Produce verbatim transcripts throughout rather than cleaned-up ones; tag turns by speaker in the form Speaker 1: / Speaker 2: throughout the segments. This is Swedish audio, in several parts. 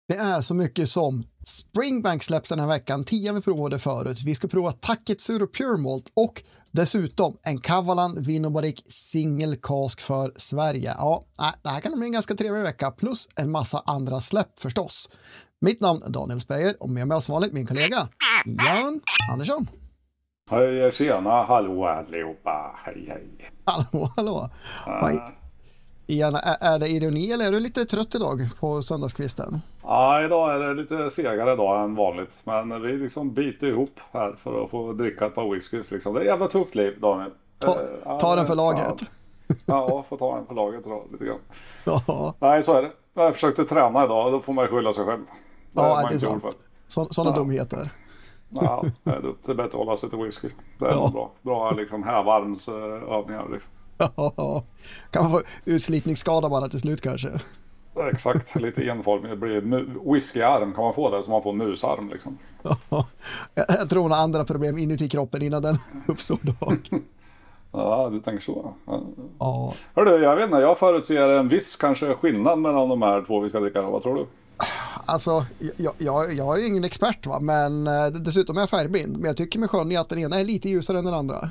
Speaker 1: Det är så mycket som Springbank släpps den här veckan, tio vi provade förut. Vi ska prova Taketsuru Pure Malt och dessutom en Kavalan Vinobarik Single Cask för Sverige. Ja, det här kan bli en ganska trevlig vecka, plus en massa andra släpp förstås. Mitt namn är Daniel Speyer och med mig som vanligt min kollega Jan Andersson.
Speaker 2: Hej, tjena, hallå allihopa, hej hej.
Speaker 1: Hallå, hallå. Hej. Ian, är det ironi eller är du lite trött idag på söndagskvisten?
Speaker 2: Ja, idag är det lite segare dag än vanligt. Men vi liksom biter ihop här för att få dricka ett par whiskys. Liksom. Det är ett jävla tufft liv, Daniel.
Speaker 1: Ta, ta den för laget.
Speaker 2: Ja, får ta den för laget då, lite grann.
Speaker 1: Ja.
Speaker 2: Nej, så är det. Jag försökte träna idag, då får man skylla sig själv. Det
Speaker 1: ja, är det är sant. Så, sådana ja. dumheter.
Speaker 2: Ja, det är dumt. Det är bättre att hålla sig till whisky. Det är ja. bra. Bra liksom hävarmsövningar. Liksom.
Speaker 1: Ja, kan man få utslitningsskada bara till slut kanske.
Speaker 2: Exakt, lite enformig. Det blir mu- whiskyarm, kan man få det så man får musarm liksom.
Speaker 1: Ja, jag tror några andra problem inuti kroppen innan den uppstår dock.
Speaker 2: Ja, du tänker så. Ja.
Speaker 1: Ja.
Speaker 2: Hörru, jag vet inte, jag förutser en viss kanske skillnad mellan de här två vi ska dricka. Vad tror du?
Speaker 1: Alltså, jag, jag, jag är ju ingen expert va, men dessutom är jag färgblind. Men jag tycker mig skönja att den ena är lite ljusare än den andra.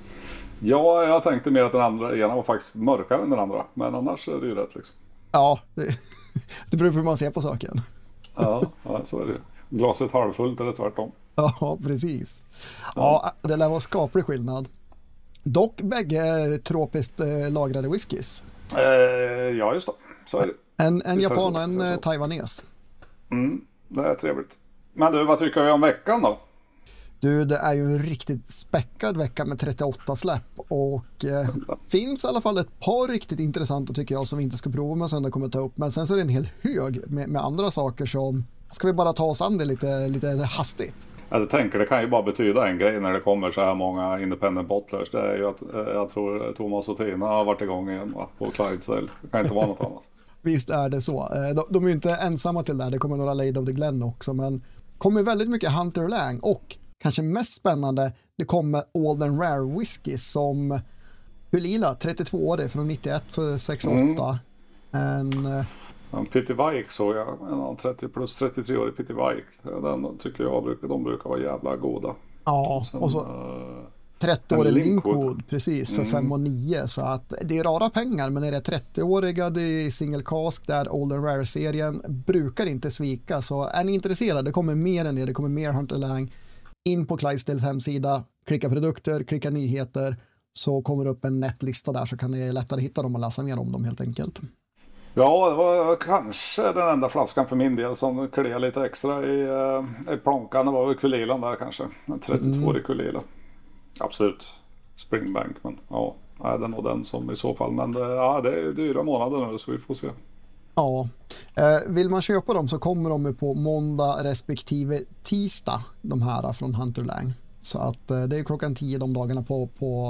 Speaker 2: Ja, jag tänkte mer att den andra ena var faktiskt mörkare än den andra. Men annars är det ju rätt liksom.
Speaker 1: Ja, det, det beror på hur man ser på saken.
Speaker 2: Ja, ja, så är det. Glaset halvfullt eller tvärtom.
Speaker 1: Ja, precis. Ja, det lär vara skaplig skillnad. Dock bägge tropiskt eh, lagrade whiskys.
Speaker 2: Eh, ja, just det. Så är det.
Speaker 1: En, en japan och en eh, taiwanes.
Speaker 2: Mm, det är trevligt. Men du, vad tycker vi om veckan då?
Speaker 1: Du, det är ju en riktigt späckad vecka med trettioåtta släpp och eh, finns i alla fall ett par riktigt intressanta tycker jag som vi inte ska prova men sen det kommer ta upp. Men sen så är det en hel hög med, med andra saker som ska vi bara ta oss an det lite, lite hastigt.
Speaker 2: Jag tänker det kan ju bara betyda en grej när det kommer så här många independent bottlers. Det är ju att eh, jag tror Thomas och Tina har varit igång igen va? På Clydesdale. Det kan inte vara något annat.
Speaker 1: Visst är det så. De, de är ju inte ensamma till det. Det kommer några Lady of the Glen också men kommer väldigt mycket Hunter Lang och kanske mest spännande, det kommer Alden Rare Whisky som Hulila, trettiotvå-årig från nittioett för sex åtta. Mm. En...
Speaker 2: En Pittivike såg jag, en trettio plus trettiotre-årig Pittivike. Den tycker jag brukar, de brukar vara jävla goda.
Speaker 1: Ja, sen, och så uh, trettio-årig Linkwood. Linkwood, precis, för mm. fem och nio. Så att det är rara pengar, men är det trettio-åriga, det är single cask, där Alden Rare-serien brukar inte svika. Så är ni intresserade, det kommer mer än det, det kommer mer Hunter Lang. In på Clydesdales hemsida, klicka produkter, klicka nyheter så kommer det upp en nätlista där så kan ni lättare hitta dem och läsa mer om dem helt enkelt.
Speaker 2: Ja, det var kanske den enda flaskan för min del som kliade lite extra i, i plånkan. Det var väl Kulilan där kanske, en trettiotvå-årig Kulila. Absolut, Springbank, men ja, det är nog den som i så fall. Men det, ja, det är dyra månader nu så vi får se.
Speaker 1: Ja, eh, vill man köpa dem så kommer de på måndag respektive tisdag, de här från Hunter Lang. Så att eh, det är klockan tio de dagarna på, på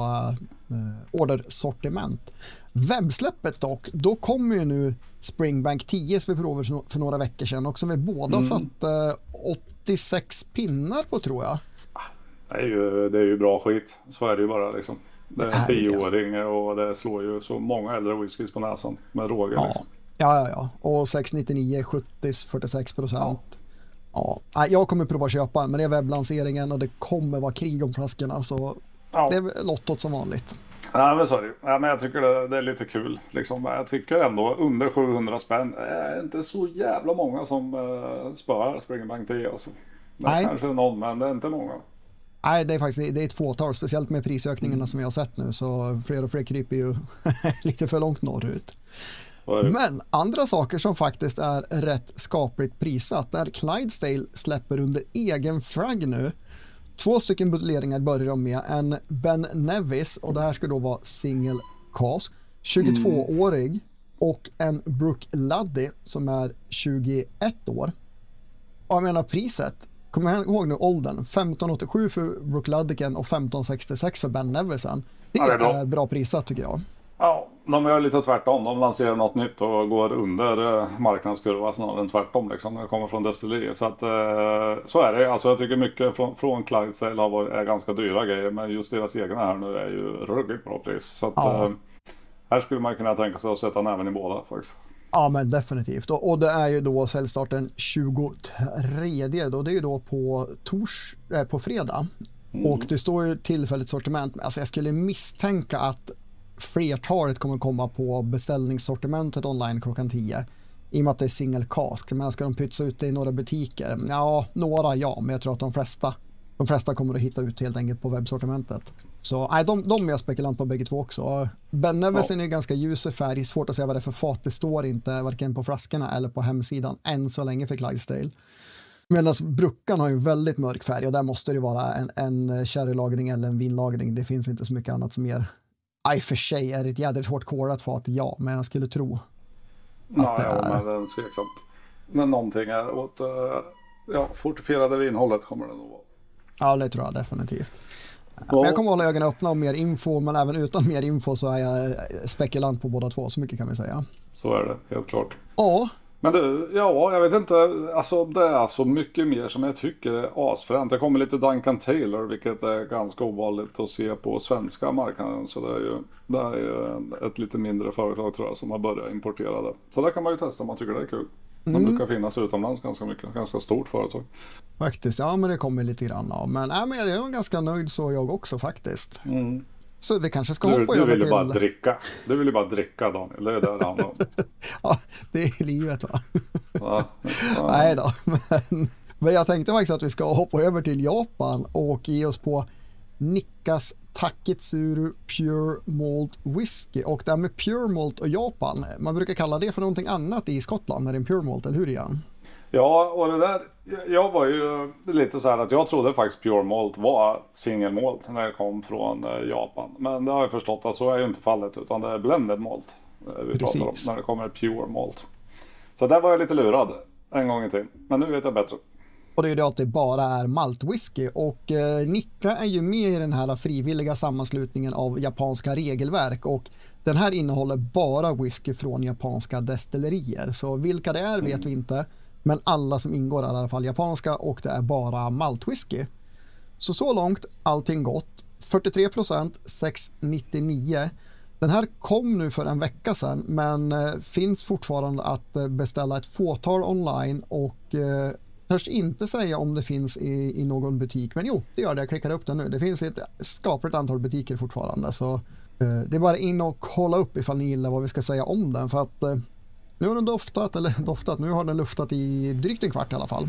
Speaker 1: eh, ordersortiment. Webbsläppet dock, då kommer ju nu Springbank tio som vi provade för, för några veckor sedan och som vi båda mm. satt eh, åttiosex pinnar på tror jag.
Speaker 2: Det är ju, det är ju bra skit, så är det ju bara liksom. Det är en tioåring och det slår ju så många äldre whiskys på näsan med råge.
Speaker 1: Ja.
Speaker 2: Liksom.
Speaker 1: Ja, ja, ja. Och sex nittionio, sjuttio, fyrtiosex procent. Ja. Ja, jag kommer prova att köpa men det är webblanseringen och det kommer vara krig om flaskorna så ja. Det är lottot som vanligt.
Speaker 2: Ja, men sorry. Ja, men jag tycker det, det är lite kul. Liksom. Jag tycker ändå under sjuhundra spänn är inte så jävla många som uh, spöar Springbank tio. Alltså. Det är kanske någon, men det är inte många.
Speaker 1: Nej, det är faktiskt det är ett fåtal, speciellt med prisökningarna mm. som vi har sett nu så fler och fler kryper ju lite för långt norrut. Men andra saker som faktiskt är rätt skapligt prissatt där Clydesdale släpper under egen flagg nu. Två stycken buteljeringar börjar de med. En Ben Nevis och det här ska då vara single cask. tjugotvå-årig mm. och en Brook Luddy som är tjugoett år. Och jag menar priset. Kommer jag ihåg nu åldern? femton åttiosju för Brook Luddiken och femton sextiosex för Ben Nevisen. Det, ja, det är, bra. är bra prissatt tycker jag.
Speaker 2: Ja, de gör lite tvärtom. De lanserar något nytt och går under marknadskurva snarare än tvärtom liksom. Det kommer från destillerier. Så att så är det. Alltså jag tycker mycket från, från Clydesdale har varit, är ganska dyra grejer. Men just deras egna här nu är ju ruggigt bra pris. Så att ja. här skulle man kunna tänka sig att sätta näven i båda faktiskt.
Speaker 1: Ja, men definitivt. Och, och det är ju då säljstarten tjugotredje då, det är ju då på tors äh, på fredag. Mm. Och det står ju tillfälligt sortiment. Alltså jag skulle misstänka att flertalet kommer komma på beställningssortimentet online klockan tio. I och med att det är single cask. Men ska de pytsa ut det i några butiker? Ja, några ja, men jag tror att de flesta de flesta kommer att hitta ut helt enkelt på webbsortimentet. Så nej, de, de är jag spekulant på bägge två också. Ben Nevis ja. är ju ganska ljus i färg. Svårt att säga vad det är för fat. Det står inte varken på flaskorna eller på hemsidan än så länge för Clydesdale. Medan Bruckan har ju väldigt mörk färg och där måste det vara en, en sherrylagring eller en vinlagring. Det finns inte så mycket annat som ger. I för sig är det ett jädrigt hårt korat fat, ja, men jag skulle tro att
Speaker 2: Nej,
Speaker 1: det
Speaker 2: ja,
Speaker 1: är.
Speaker 2: men det är tveksamt. Men någonting är åt ja, fortifierade vinhållet kommer det nog vara.
Speaker 1: Ja, det tror jag definitivt. Men jag kommer hålla ögonen öppna om mer info, men även utan mer info så är jag spekulant på båda två, så mycket kan vi säga.
Speaker 2: Så är det, helt klart.
Speaker 1: Ja.
Speaker 2: Men du, ja, jag vet inte, alltså det är så mycket mer som jag tycker är asfränt. Det kommer lite Duncan Taylor, vilket är ganska ovanligt att se på svenska marknaden. Så det är ju, det är ju ett lite mindre företag tror jag som har börjat importera det. Så det kan man ju testa om man tycker det är kul. Mm. Det brukar finnas utomlands ganska mycket, ganska stort företag.
Speaker 1: Faktiskt, ja men det kommer lite grann av. Men, äh, men jag är ganska nöjd så jag också faktiskt.
Speaker 2: Mm.
Speaker 1: Så vi kanske ska
Speaker 2: du,
Speaker 1: hoppa
Speaker 2: du
Speaker 1: över
Speaker 2: vill
Speaker 1: till...
Speaker 2: bara dricka. Du vill ju bara dricka, Daniel. Det är det det handlar om.
Speaker 1: Ja, det är livet va?
Speaker 2: Ja, ja.
Speaker 1: Nej då, men, men jag tänkte faktiskt att vi ska hoppa över till Japan och ge oss på Nikkas Taketsuru Pure Malt Whisky. Och det här med Pure Malt och Japan, man brukar kalla det för någonting annat i Skottland när det är en Pure Malt, eller hur igen?
Speaker 2: Ja, och det där, jag var ju lite så här att jag trodde faktiskt Pure Malt var single malt när det kom från Japan. Men det har jag förstått att så är ju inte fallet, utan det är blended malt vi pratar om när det kommer Pure Malt. Så där var jag lite lurad en gång i tiden, men nu vet jag bättre.
Speaker 1: Och det är ju det att det bara är maltwhisky och eh, Nikka är ju med i den här frivilliga sammanslutningen av japanska regelverk och den här innehåller bara whisky från japanska destillerier. Så vilka det är vet mm. vi inte, men alla som ingår är i alla fall japanska och det är bara maltwhisky. Så så långt allting gott. fyrtiotre procent sex nittionio. Den här kom nu för en vecka sedan men eh, finns fortfarande att eh, beställa ett fåtal online och eh, törs inte säga om det finns i, i någon butik, men jo, det gör det. Jag klickar upp den nu. Det finns ett skapligt antal butiker fortfarande, så eh, det är bara in och kolla upp ifall ni gillar vad vi ska säga om den, för att eh, nu har den doftat, eller doftat, nu har den luftat i drygt en kvart i alla fall.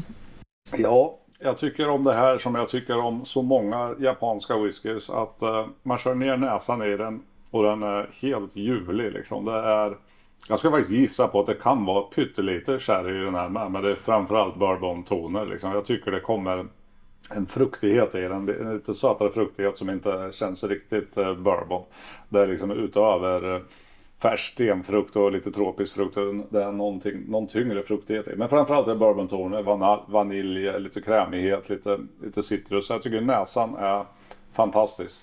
Speaker 2: Ja, jag tycker om det här som jag tycker om så många japanska whiskys, att eh, man kör ner näsan i den och den är helt ljuvlig liksom. Det är... Jag ska faktiskt gissa på att det kan vara pyttelite sherry i den här med, men det är framförallt bourbon-toner liksom. Jag tycker det kommer en fruktighet i den, en lite sötare fruktighet som inte känns riktigt eh, bourbon. Det är liksom utöver eh, färsk stenfrukt och lite tropisk frukt, det är någonting, någon tyngre fruktighet i. Men framförallt är bourbon-toner, van- vanilj, lite krämighet, lite, lite citrus. Så jag tycker näsan är fantastisk.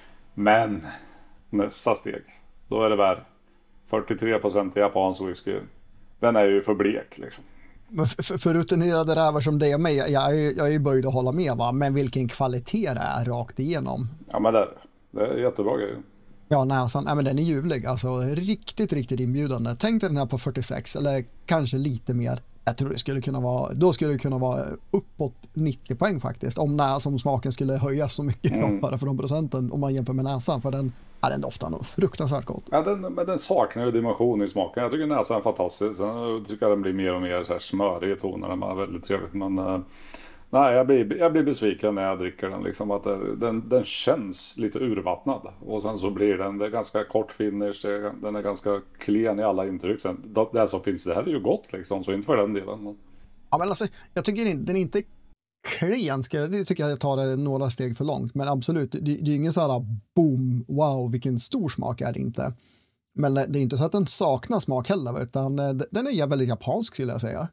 Speaker 2: Men nästa steg, då är det värre. fyrtiotre procent japansk whisky. Den är ju för blek liksom.
Speaker 1: Men för, för rutinerade rävar som det är med, jag är, jag är ju böjd att hålla med va, men vilken kvalitet det är rakt igenom.
Speaker 2: Ja men det är det. Det är jättebra grejer.
Speaker 1: Ja, näsan, nej, men den är ljuvlig, alltså riktigt, riktigt inbjudande. Tänk dig den här på fyrtiosex eller kanske lite mer. Jag tror det skulle kunna vara, då skulle det kunna vara uppåt nittio poäng faktiskt. Om näsan, om smaken skulle höjas så mycket mm. bara för de procenten om man jämför med näsan, för den, ja, den doftar nog fruktansvärt gott.
Speaker 2: Ja, den, men den saknar ju dimension i smaken. Jag tycker näsan är fantastisk. Sen tycker jag den blir mer och mer så här smörig i tonerna. Man är väldigt trevligt, men uh, nej, jag blir, jag blir besviken när jag dricker den liksom, att det, den, den känns lite urvattnad. Och sen så blir den, det är ganska kort finish, det, den är ganska klen i alla intryck. Sen, det som finns, det här är ju gott liksom, så inte för den delen. Men...
Speaker 1: Ja, men alltså, jag tycker inte, den är inte klen, det tycker jag tar det några steg för långt, men absolut, det, det är ju ingen så här boom, wow, vilken stor smak är det inte. Men det är inte så att den saknar smak heller, utan den är väldigt japansk skulle jag säga.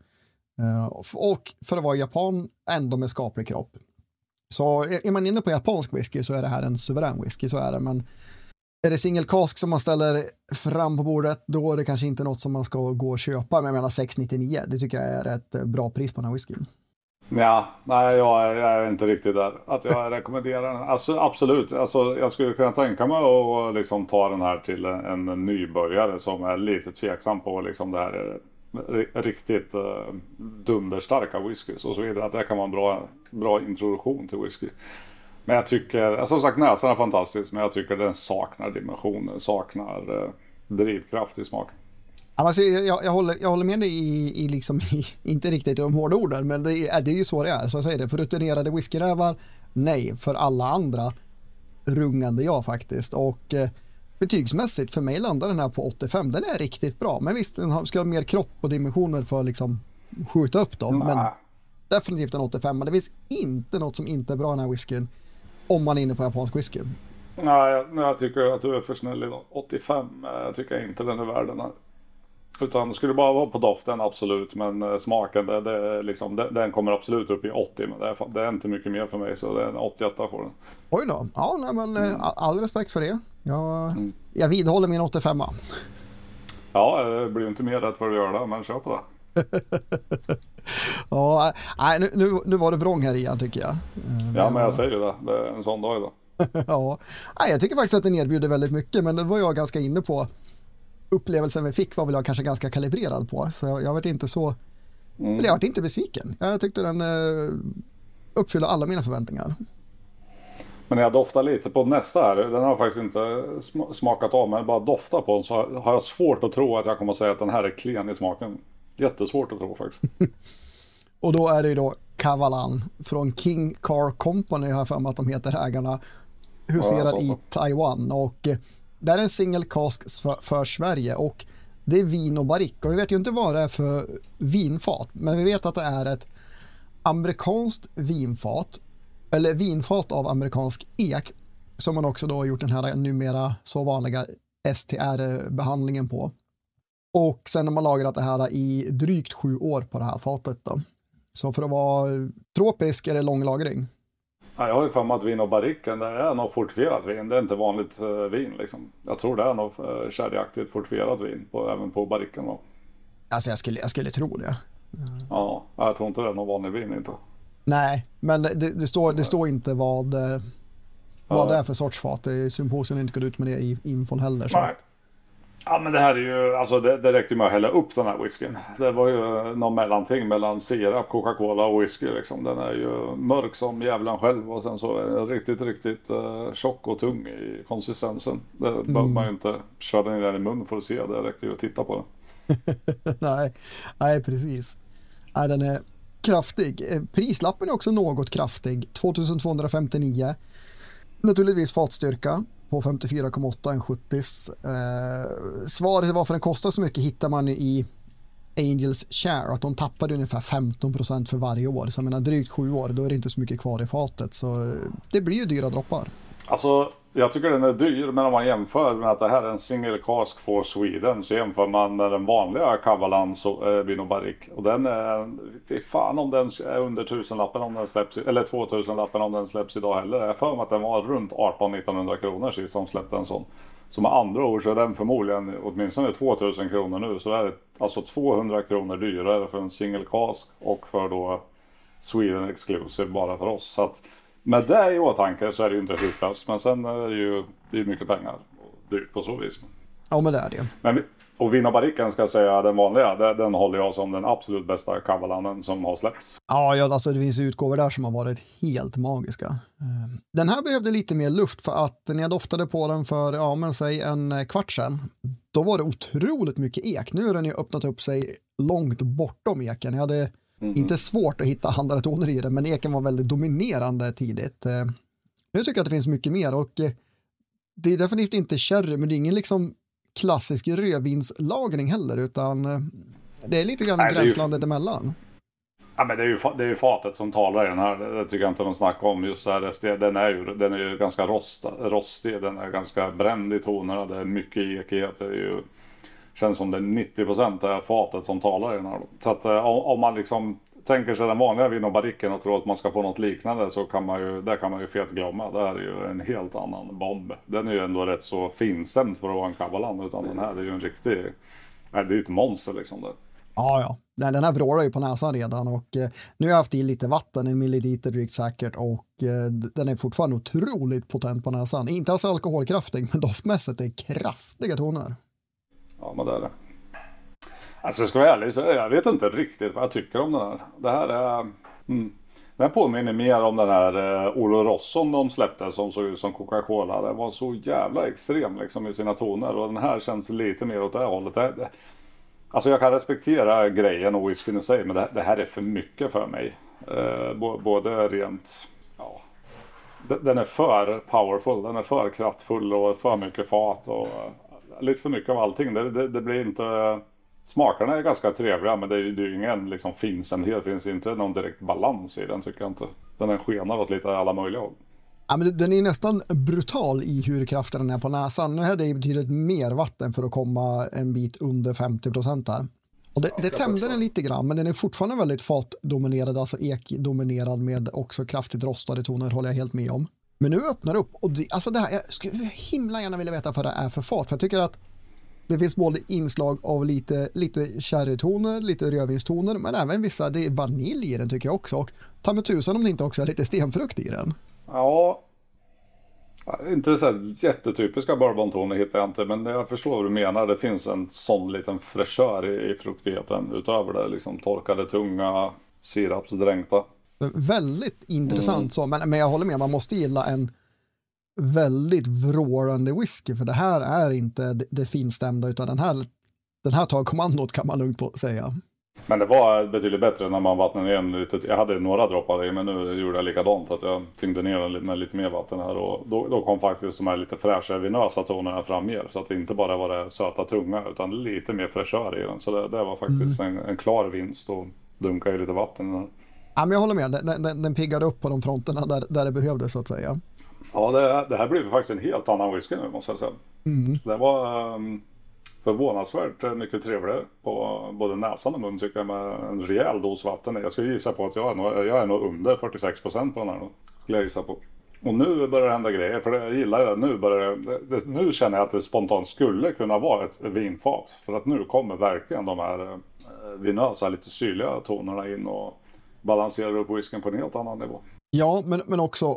Speaker 1: Och för att vara Japan ändå med skaplig kropp. Så är man inne på japansk whisky så är det här en suverän whisky, så är det, men är det single cask som man ställer fram på bordet, då är det kanske inte något som man ska gå och köpa, men jag menar sex nittionio, det tycker jag är ett bra pris på den här whiskyn.
Speaker 2: Ja, nej jag är, jag är inte riktigt där. Att jag rekommenderar den. Alltså, absolut, alltså, jag skulle kunna tänka mig att liksom ta den här till en, en nybörjare som är lite tveksam på liksom det här är riktigt uh, dunderstarka whiskys och så vidare. Att det kan vara en bra, bra introduktion till whisky. Men jag tycker, alltså, som sagt näsan är fantastisk, men jag tycker den saknar dimensioner, saknar uh, drivkraft i smaken.
Speaker 1: Alltså, jag, jag, håller, jag håller med dig i, i, liksom, i inte riktigt de hårda orden, men det är, det är ju så det är. Så jag säger det, för rutinerade whiskyrävar, nej. För alla andra, rungande ja faktiskt. Och eh, betygsmässigt, för mig landar den här på åttiofem. Den är riktigt bra, men visst, den ska ha mer kropp och dimensioner för att liksom skjuta upp dem. Nej. Men definitivt en åttiofem. Men det finns inte något som inte är bra i den här whiskyn, om man är inne på japansk whisky.
Speaker 2: Nej, jag, jag tycker att du är för snäll idag. åttiofem, jag tycker inte den är värd den här. Utan det skulle bara vara på doften, absolut. Men smaken, det, det, liksom, det, den kommer absolut upp i åttio. Men det är, det är inte mycket mer för mig, så det är en åttioåtta får den.
Speaker 1: Oj då. Ja, nej, men mm. all respekt för det. Jag, mm. jag vidhåller min åttiofem.
Speaker 2: Ja, det blir inte mer rätt för att göra det, men kör på det.
Speaker 1: Ja, nej, nu, nu, nu var det vrång här igen, tycker jag.
Speaker 2: Ja, men jag säger ju det. Det är en sån dag idag.
Speaker 1: Ja, nej, jag tycker faktiskt att den erbjuder väldigt mycket, men det var jag ganska inne på. Upplevelsen vi fick var väl jag kanske ganska kalibrerad på, så jag, jag var inte så mm. eller jag var inte besviken. Jag tyckte den eh, uppfyller alla mina förväntningar.
Speaker 2: Men när jag doftar lite på nästa här, den har jag faktiskt inte sm- smakat av, men bara dofta på den så har jag svårt att tro att jag kommer att säga att den här är klen i smaken. Jättesvårt att tro faktiskt.
Speaker 1: Och då är det ju då Kavalan från King Car Company, jag har för mig att de heter ägarna, huserar ja, i Taiwan, och det är en single cask för, för Sverige, och det är vin och barrique, och vi vet ju inte vad det är för vinfat, men vi vet att det är ett amerikanskt vinfat, eller vinfat av amerikansk ek, som man också då har gjort den här numera så vanliga S T R-behandlingen på. Och sen har man lagrat det här i drygt sju år på det här fatet då. Så för att vara tropisk är det lång lagring.
Speaker 2: Ja, jag har ju för mig att vin och barricken, det är nog fortifierat vin. Det är inte vanligt uh, vin liksom. Jag tror det är nog uh, sherryaktigt fortifierat vin, på, även på barricken då.
Speaker 1: Alltså jag skulle, jag skulle tro det.
Speaker 2: Ja, jag tror inte det är någon vanlig vin inte.
Speaker 1: Nej, men det, det, står, det står inte vad, vad ja. det är för sorts fat. Symposium inte gått ut med det i infon heller. Så.
Speaker 2: Nej. Ja, men det här är ju, alltså det, det räckte med att hälla upp den här whiskyn. Det var ju någon mellanting mellan sirap, Coca-Cola och whisky liksom. Den är ju mörk som jävlan själv, och sen så är den riktigt, riktigt uh, tjock och tung i konsistensen. Det mm. behöver man ju inte köra den i den i mun för att se, det räckte ju att titta på den.
Speaker 1: nej, nej, precis. Nej, den är kraftig. Prislappen är också något kraftig. tvåtusentvåhundrafemtionio. Naturligtvis fatstyrka på femtiofyra komma åtta, en sjuttio. Eh, svaret till varför den kostar så mycket hittar man i Angels Share, att de tappade ungefär femton procent för varje år. Så jag menar drygt sju år, då är det inte så mycket kvar i fatet. Så det blir ju dyra droppar.
Speaker 2: Alltså, jag tycker den är dyr, men om man jämför med att det här är en single cask for Sweden, så jämför man med den vanliga Kavalan äh, Vin och Barrique. Och den är, det är fan om den är under tusenlappen om den släpps, eller tvåtusenlappen om den släpps idag heller. Jag för mig att den var runt arton till nittonhundra kronor sist som släppte en sån. Så med andra ord så är den förmodligen åtminstone tvåtusen kronor nu. Så är det alltså tvåhundra kronor dyrare för en single cask och för då Sweden Exclusive bara för oss. Så att med det i åtanke så är det ju inte hutlöst, men sen är det ju, det är mycket pengar och dyrt på så vis.
Speaker 1: Ja, men det är det.
Speaker 2: Men, och Vin och Barricken ska jag säga, den vanliga, den, den håller jag som den absolut bästa Kavalanen som har släppts.
Speaker 1: Ja, ja, alltså det finns utgåvor där som har varit helt magiska. Den här behövde lite mer luft, för att när jag doftade på den för, ja men säg en kvart sedan, då var det otroligt mycket ek. Nu har den ju öppnat upp sig långt bortom eken. Jag hade Mm-hmm. inte svårt att hitta andra toner i det, men eken var väldigt dominerande tidigt. Nu tycker jag att det finns mycket mer, och det är definitivt inte sherry, men det är ingen liksom klassisk rödvinslagring heller, utan det är lite grann Nej, gränslandet ju... emellan.
Speaker 2: Ja, men det är ju, det är ju fatet som talar i den här, det tycker jag inte de snackar om just det här. Den är ju, den är ju ganska rost, rostig, den är ganska bränd i tonerna, det är mycket ekighet, det är ju känns som det är nittio procent är fatet som talar i den här. Så att om man liksom tänker sig den vanliga Vin och Barricken och tror att man ska få något liknande, så kan man ju, där kan man ju fet glömma. Det här är ju en helt annan bomb. Den är ju ändå rätt så finstämd för att vara en Kavalan, utan den här är ju en riktig, nej, det är ju ett monster liksom det.
Speaker 1: Ja, ja. Nej, den här vrålar ju på näsan redan och eh, nu har jag haft i lite vatten, en milliliter drygt säkert och eh, den är fortfarande otroligt potent på näsan. Inte alltså alkoholkraftig, men doftmässigt är kraftiga toner.
Speaker 2: Ja, men det är det. Alltså jag ska vara ärlig, så jag vet inte riktigt vad jag tycker om den här. Det här är... Mm. Den här påminner mer om den här eh, Oloroson de släppte som såg ut som Coca-Cola. Den var så jävla extrem liksom i sina toner och den här känns lite mer åt det här hållet. Det, det, alltså jag kan respektera grejen och whiskyn i sig, men det, det här är för mycket för mig. Eh, b- både rent... Ja, den är för powerful, den är för kraftfull och för mycket fat och uh, lite för mycket av allting. Det, det, det blir inte... Smakerna är ganska trevliga, men det är ju ingen liksom finsenhet. Det finns inte någon direkt balans i den, tycker jag inte. Den är skenar åt lite alla möjliga håll.
Speaker 1: Ja, men den är nästan brutal i hur kraften den är på näsan. Nu hade det betydligt mer vatten för att komma en bit under femtio procent här. Och det, ja, det tämde den lite grann, men den är fortfarande väldigt fatdominerad, alltså ekdominerad med också kraftigt rostade toner, håller jag helt med om. Men nu öppnar det upp, och det, alltså det här, jag skulle himla gärna vilja veta vad det är för fat, för jag tycker att det finns både inslag av lite, lite sherrytoner, lite rödvinstoner, men även vissa, det är vanilj i den tycker jag också. Och ta med tusan om det inte också är lite stenfrukt i den.
Speaker 2: Ja, inte så här jättetypiska bourbontoner hittar jag inte, men jag förstår vad du menar. Det finns en sån liten fräschör i, i fruktigheten utöver det, liksom torkade tunga, sirapsdränkta.
Speaker 1: Väldigt intressant mm. så, men, men jag håller med, man måste gilla en väldigt vrålande whisky, för det här är inte det, det finstämda, utan den här, den här tar kommandot kan man lugnt på säga.
Speaker 2: Men det var betydligt bättre när man vattnade ner den lite. Jag hade några droppar i, men nu gjorde jag likadant, att jag tyngde ner den med lite mer vatten här, och då, då kom faktiskt de här lite fräscha vinösa tonerna fram mer, så att det inte bara var det söta tunga utan lite mer fräschör i den, så det, det var faktiskt mm. en, en klar vinst och dunka i lite vatten i den här.
Speaker 1: Ja, men jag håller med, den, den, den piggade upp på de fronterna där, där det behövdes så att säga.
Speaker 2: Ja, det, det här blev faktiskt en helt annan whisky nu, måste jag säga. Mm. Det var um, förvånansvärt mycket trevligare på både näsan och mun, tycker jag, med en rejäl dos vatten. Jag skulle gissa på att jag är nog, jag är nog under fyrtiosex procent på den här då, skulle jag gissa på. Och nu börjar det hända grejer, för det, jag gillar det. Nu, börjar det, det, nu känner jag att det spontant skulle kunna vara ett vinfat. För att nu kommer verkligen de här eh, vinösa, lite syrliga tonerna in och balanserar upp whiskyn på en helt annan nivå.
Speaker 1: Ja, men, men också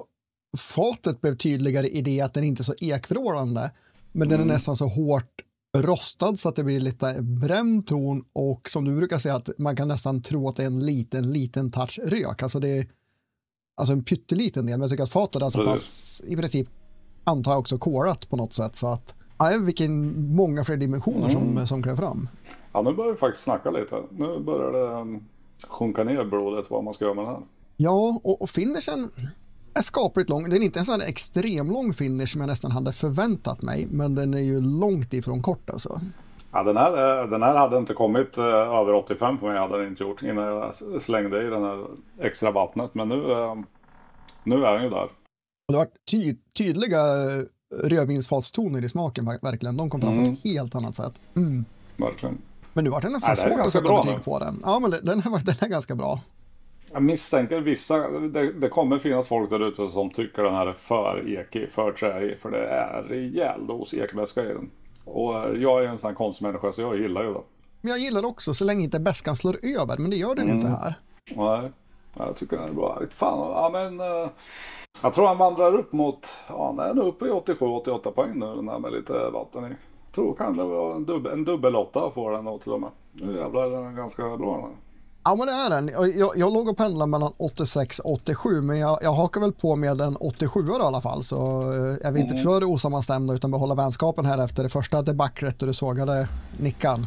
Speaker 1: fatet blev tydligare i det att den inte är så ekvrålande, men den är mm. nästan så hårt rostad så att det blir lite bränd ton, och som du brukar säga att man kan nästan tro att det är en liten, liten touch rök. Alltså det är alltså en pytteliten del, men jag tycker att fatet är så pass i princip, antar jag också, korat på något sätt, så att ja, vilken många fler dimensioner mm. som, som klev fram. Ja,
Speaker 2: nu börjar vi faktiskt snacka lite. Nu börjar det sjunka ner blodet vad man ska göra med den här.
Speaker 1: Ja, och, och finishen är skapligt lång. Den är inte en sån extrem lång finish som jag nästan hade förväntat mig, men den är ju långt ifrån kort alltså.
Speaker 2: Ja, den här, den här hade inte kommit uh, över åttiofem för mig, hade den inte gjort innan jag slängde i den här extra vattnet, men nu, uh, nu är den ju där.
Speaker 1: Och det har varit ty- tydliga rödvinsfatstoner i smaken verkligen. De kom fram mm. på ett helt annat sätt. Mm.
Speaker 2: Verkligen.
Speaker 1: Men nu var det nästan svårt att sätta betyg nu på den. Ja, men den är, den är ganska bra.
Speaker 2: Jag misstänker vissa, det, det kommer finnas folk där ute som tycker den här är för ekig, för träig, för det är rejäl dos ekbäska i den. Och jag är en sån konstmänniska, så jag gillar ju det.
Speaker 1: Men jag gillar också så länge inte bäskan slår över, men det gör den mm. inte här.
Speaker 2: Nej, jag tycker den är bra. Fan, ja, men, uh, jag tror han vandrar upp mot, ja, den är uppe i åttiosju åttioåtta poäng nu, den här med lite vatten i. Jag tror kanske det var en, dubbel, en dubbelåtta får den då till och med. Nu jävlar är den ganska bra den.
Speaker 1: Ja, men det är den. Jag, jag låg och pendlade mellan åttiosex och åttiosju, men jag, jag hakar väl på med en åttiosju i alla fall, så jag vill inte för osammanstämda utan behålla vänskapen här efter det första debaclet och du sågade Nickan.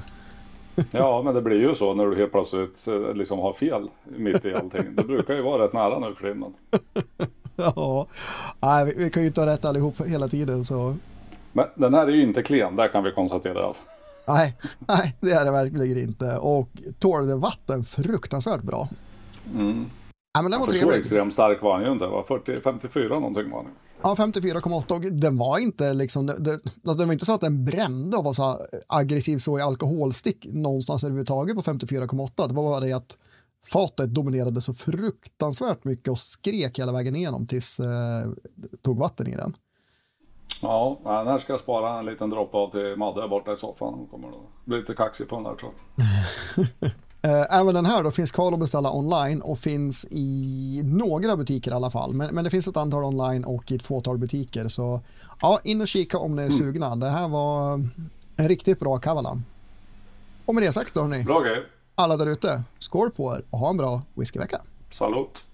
Speaker 2: Ja, men det blir ju så när du helt plötsligt liksom har fel mitt i allting. Det brukar ju vara rätt nära nu för tiden.
Speaker 1: Ja, nej, vi, vi kan ju inte ha rätt allihop hela tiden. Så.
Speaker 2: Men den här är ju inte klen, där kan vi konstatera.
Speaker 1: Nej, nej, det är det verkligen inte. Och tålde vatten fruktansvärt bra.
Speaker 2: Mm.
Speaker 1: Ja, men den var
Speaker 2: trevlig. Så extremt stark var han ju inte. Det var fyrtio femtiofyra någonting var han.
Speaker 1: Ja, femtiofyra komma åtta, och den var inte liksom, det, det, alltså det var inte så att den brände och var så aggressiv så i alkoholstick någonstans överhuvudtaget på femtiofyra komma åtta. Det var bara det att fatet dominerade så fruktansvärt mycket och skrek hela vägen igenom tills eh, tog vatten i den.
Speaker 2: Ja, den här ska jag spara en liten dropp av till Madde borta i soffan. Hon kommer att bli lite kaxig på den här, tror jag.
Speaker 1: Även den här då finns kvar att beställa online och finns i några butiker i alla fall. Men, men det finns ett antal online och i ett fåtal butiker. Så ja, in och kika om ni är sugna. Mm. Det här var en riktigt bra Kavala. Och med det sagt då, hörni.
Speaker 2: Bra grej.
Speaker 1: Alla där ute, skål på er och ha en bra whiskyvecka.
Speaker 2: Salut.